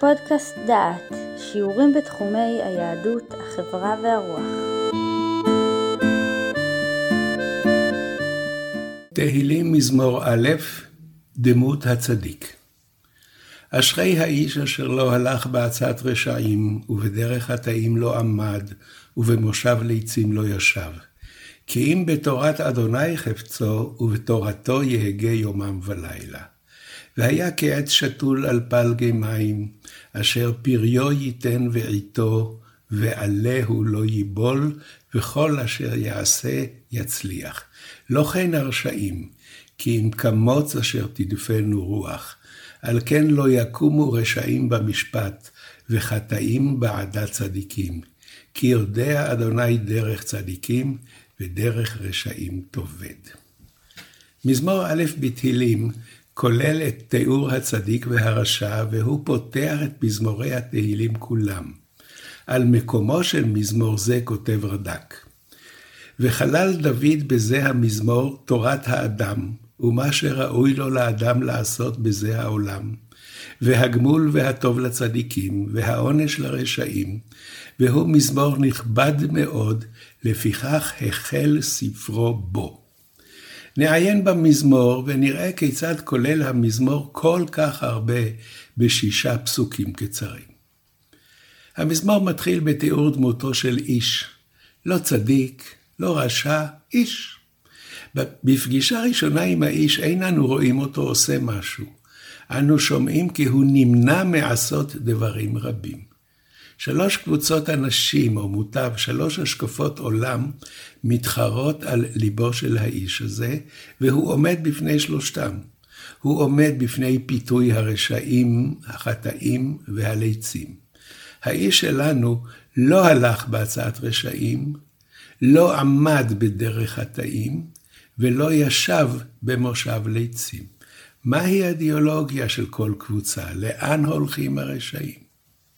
פודקאסט דעת, שיעורים בתחומי היהדות, החברה והרוח. תהילים מזמור א', דמות הצדיק. אשרי האיש אשר לא הלך בעצת רשעים, ובדרך חטאים לא עמד, ובמושב ליצים לא ישב. כי אם בתורת אדוני חפצו, ובתורתו יהגה יומם ולילה. והיה כעץ שתול על פלגי מים, אשר פריו ייתן ועיתו, ועלהו לא ייבול, וכל אשר יעשה יצליח. לא כן הרשעים, כי אם כמוץ אשר תדפנו רוח. על כן לא יקומו רשעים במשפט, וחטאים בעדת צדיקים. כי יודע אדוני דרך צדיקים, ודרך רשעים תאבד. מזמור א' בתהילים, כולל את תיאור הצדיק והרשע, והוא פותח את מזמורי התהילים כולם. על מקומו של מזמור זה כותב רד"ק. וחלל דוד בזה המזמור תורת האדם, ומה שראוי לו לאדם לעשות בזה העולם, והגמול והטוב לצדיקים, והעונש לרשעים, והוא מזמור נכבד מאוד, לפיכך החל ספרו בו. נעיין במזמור ונראה כיצד כולל המזמור כל כך הרבה ב6 פסוקים קצרים. המזמור מתחיל בתיאור דמותו של איש, לא צדיק, לא רשע, איש. בפגישה ראשונה עם האיש אין אנו רואים אותו עושה משהו. אנו שומעים כי הוא נמנע מעשות דברים רבים. 3 קבוצות אנשים, או מוטב 3 השקפות עולם, מתחרות על ליבו של האיש הזה, והוא עומד בפני שלושתם. הוא עומד בפני פיתוי הרשעים, החטאים והליצים. האיש שלנו לא הלך בהצעת רשעים, לא עמד בדרך חטאים, ולא ישב במושב ליצים. מהי האידיאולוגיה של כל קבוצה? לאן הולכים הרשעים?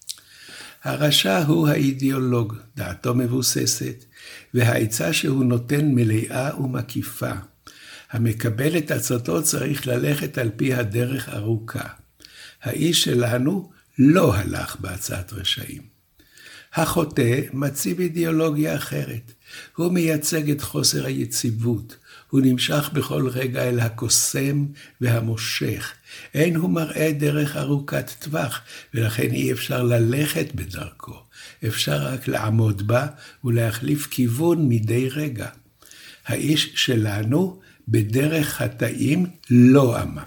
הרשע הוא האידיאולוג, דעתו מבוססת, והעצה שהוא נותן מלאה ומקיפה. המקבל את עצתו צריך ללכת על פי הדרך ארוכה. האיש שלנו לא הלך בעצת רשעים. החוטא מציב אידיאולוגיה אחרת. הוא מייצג את חוסר היציבות. הוא נמשך בכל רגע אל הקוסם והמושך. אין הוא מראה דרך ארוכת טווח, ולכן אי אפשר ללכת בדרכו. אפשר רק לעמוד בה ולהחליף כיוון מדי רגע. האיש שלנו בדרך חטאים לא עמד.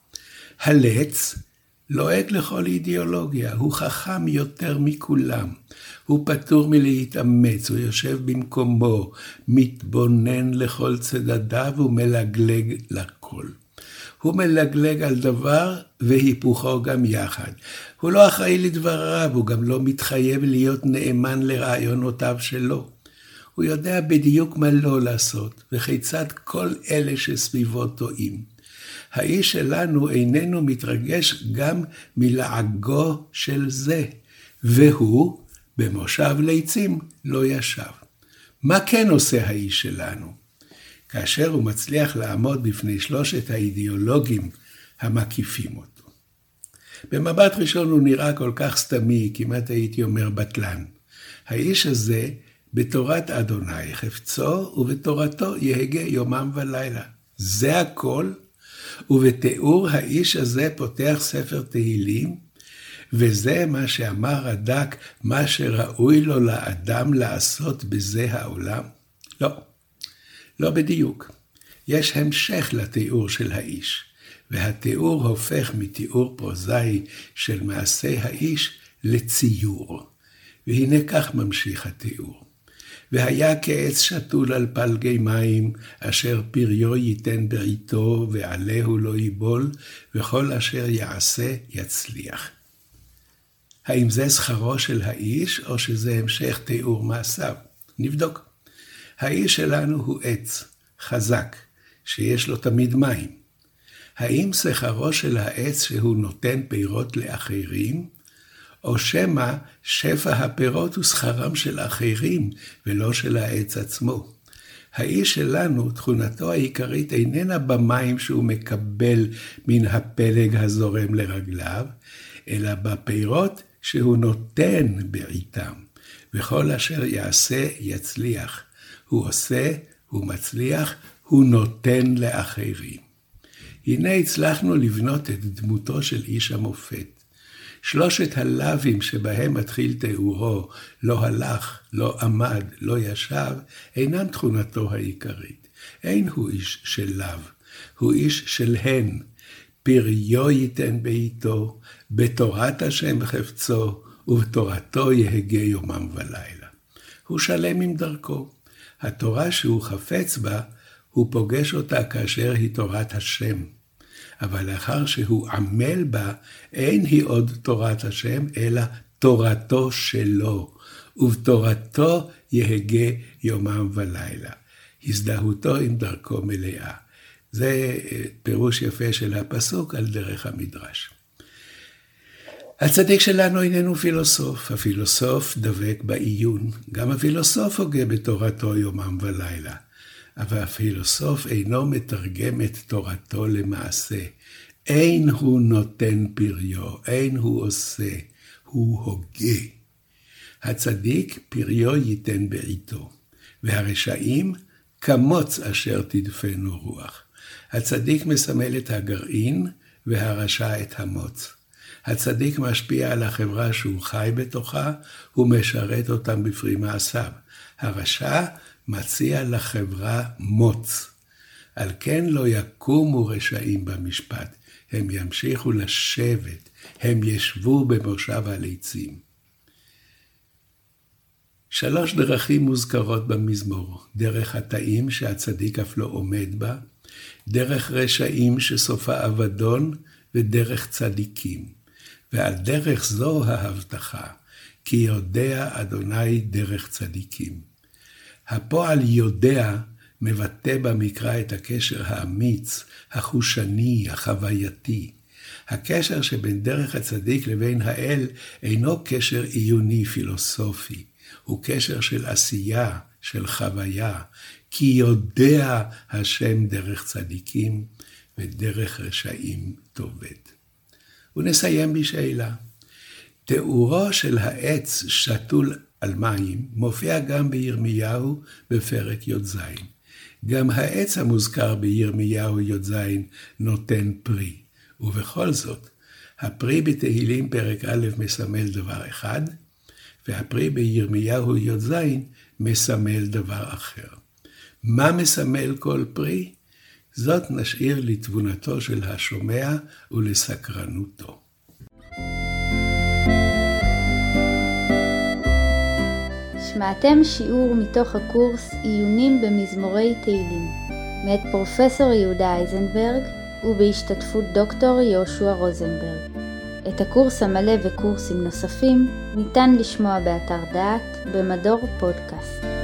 הלץ לועג לכל אידיאולוגיה, הוא חכם יותר מכולם. הוא פטור מלהתאמץ, הוא יושב במקומו, מתבונן לכל צדדיו ומלגלג לכל. הוא מלגלג על דבר והיפוכו גם יחד. הוא לא אחראי לדבריו, הוא גם לא מתחייב להיות נאמן לרעיונותיו שלו. הוא יודע בדיוק מה לא לעשות, וכיצד כל אלה שסביבו טועים. האיש שלנו איננו מתרגש גם מלעגו של זה, והוא במושב ליצים לא ישב. מה כן עושה האיש שלנו? כאשר הוא מצליח לעמוד בפני 3 האידיאולוגים המקיפים אותו. במבט ראשון הוא נראה כל כך סתמי, כמעט הייתי אומר בטלן. האיש הזה בתורת אדוני חפצו, ובתורתו יהגה יומם ולילה. זה הכל, ובתיאור האיש הזה פותח ספר תהילים, וזה מה שאמר רד"ק, מה שראוי לו לאדם לעשות בזה העולם? לא בדיוק. יש המשך לתיאור של האיש, והתיאור הופך מתיאור פרוזאי של מעשה האיש לציור. והנה כך ממשיך התיאור. והיה כעץ שתול על פלגי מים, אשר פריו ייתן בעיתו, ועלהו לא ייבול, וכל אשר יעשה יצליח. האם זה שכרו של האיש, או שזה המשך תיאור מעשיו? נבדוק. האיש שלנו הוא עץ, חזק, שיש לו תמיד מים. האם שכרו של העץ שהוא נותן פירות לאחרים, או שמא שפע הפירות הוא שכרם של אחרים, ולא של העץ עצמו? האיש שלנו, תכונתו העיקרית איננה במים שהוא מקבל מן הפלג הזורם לרגליו, אלא בפירות שהוא נותן בעיתם, וכל אשר יעשה יצליח. הוא עושה, הוא מצליח, הוא נותן לאחרים. הנה הצלחנו לבנות את דמותו של איש המופת. 3 הלאווים שבהם מתחיל תיאורו, לא הלך, לא עמד, לא ישב, אינם תכונתו העיקרית. אין הוא איש של לאו, הוא איש של הן. פריו ייתן בעיתו, בתורת השם חפצו, ובתורתו יהגה יומם ולילה. הוא שלם עם דרכו. התורה שהוא חפץ בה, הוא פוגש אותה כאשר היא תורת השם. אבל לאחר שהוא עמל בה, אין היא עוד תורת השם, אלא תורתו שלו, ובתורתו יהגה יומם ולילה. הזדהותו עם דרכו מלאה. זה פירוש יפה של הפסוק על דרך המדרש. הצדיק שלנו איננו פילוסוף, הפילוסוף דבק בעיון, גם הפילוסוף הוגה בתורתו יומם ולילה. אבל הפילוסוף אינו מתרגם את תורתו למעשה. אין הוא נותן פריו, אין הוא עושה, הוא הוגה. הצדיק פריו ייתן בעיתו, והרשעים כמוץ אשר תדפנו רוח. הצדיק מסמל את הגרעין והרשע את המוץ. הצדיק משפיע על החברה שהוא חי בתוכה, הוא משרת אותם בפרי מעשיו. הרשע מציע לחברה מוץ. על כן לא יקומו רשעים במשפט, הם ימשיכו לשבת, הם ישבו במושב הליצים. 3 דרכים מוזכרות במזמור, דרך התאים שהצדיק אף לא עומד בה, דרך רשעים שסופה אבדון ודרך צדיקים. ועל דרך זו ההבטחה, כי יודע אדוני דרך צדיקים. הפועל יודע מבטא במקרא את הקשר האמיץ, החושני, החווייתי. הקשר שבין דרך הצדיק לבין האל אינו קשר עיוני פילוסופי, הוא קשר של עשייה, של חוויה, כי יודע השם דרך צדיקים ודרך רשעים תאבד. ונסיים בשאלה. תיאורו של העץ שתול על מים מופיע גם בירמיהו בפרק י"ז. גם העץ המוזכר בירמיהו י"ז נותן פרי, ובכל זאת, הפרי בתהילים פרק א' מסמל דבר אחד, והפרי בירמיהו י"ז מסמל דבר אחר. מה מסמל כל פרי? זאת נשאיר לתבונתו של השומע ולסקרנותו. שמעתם שיעור מתוך הקורס עיונים במזמורי תהילים, מאת פרופסור יהודה אייזנברג ובהשתתפות דוקטור יהושע רוזנברג. את הקורס המלא וקורסים נוספים ניתן לשמוע באתר דעת במדור פודקאסט.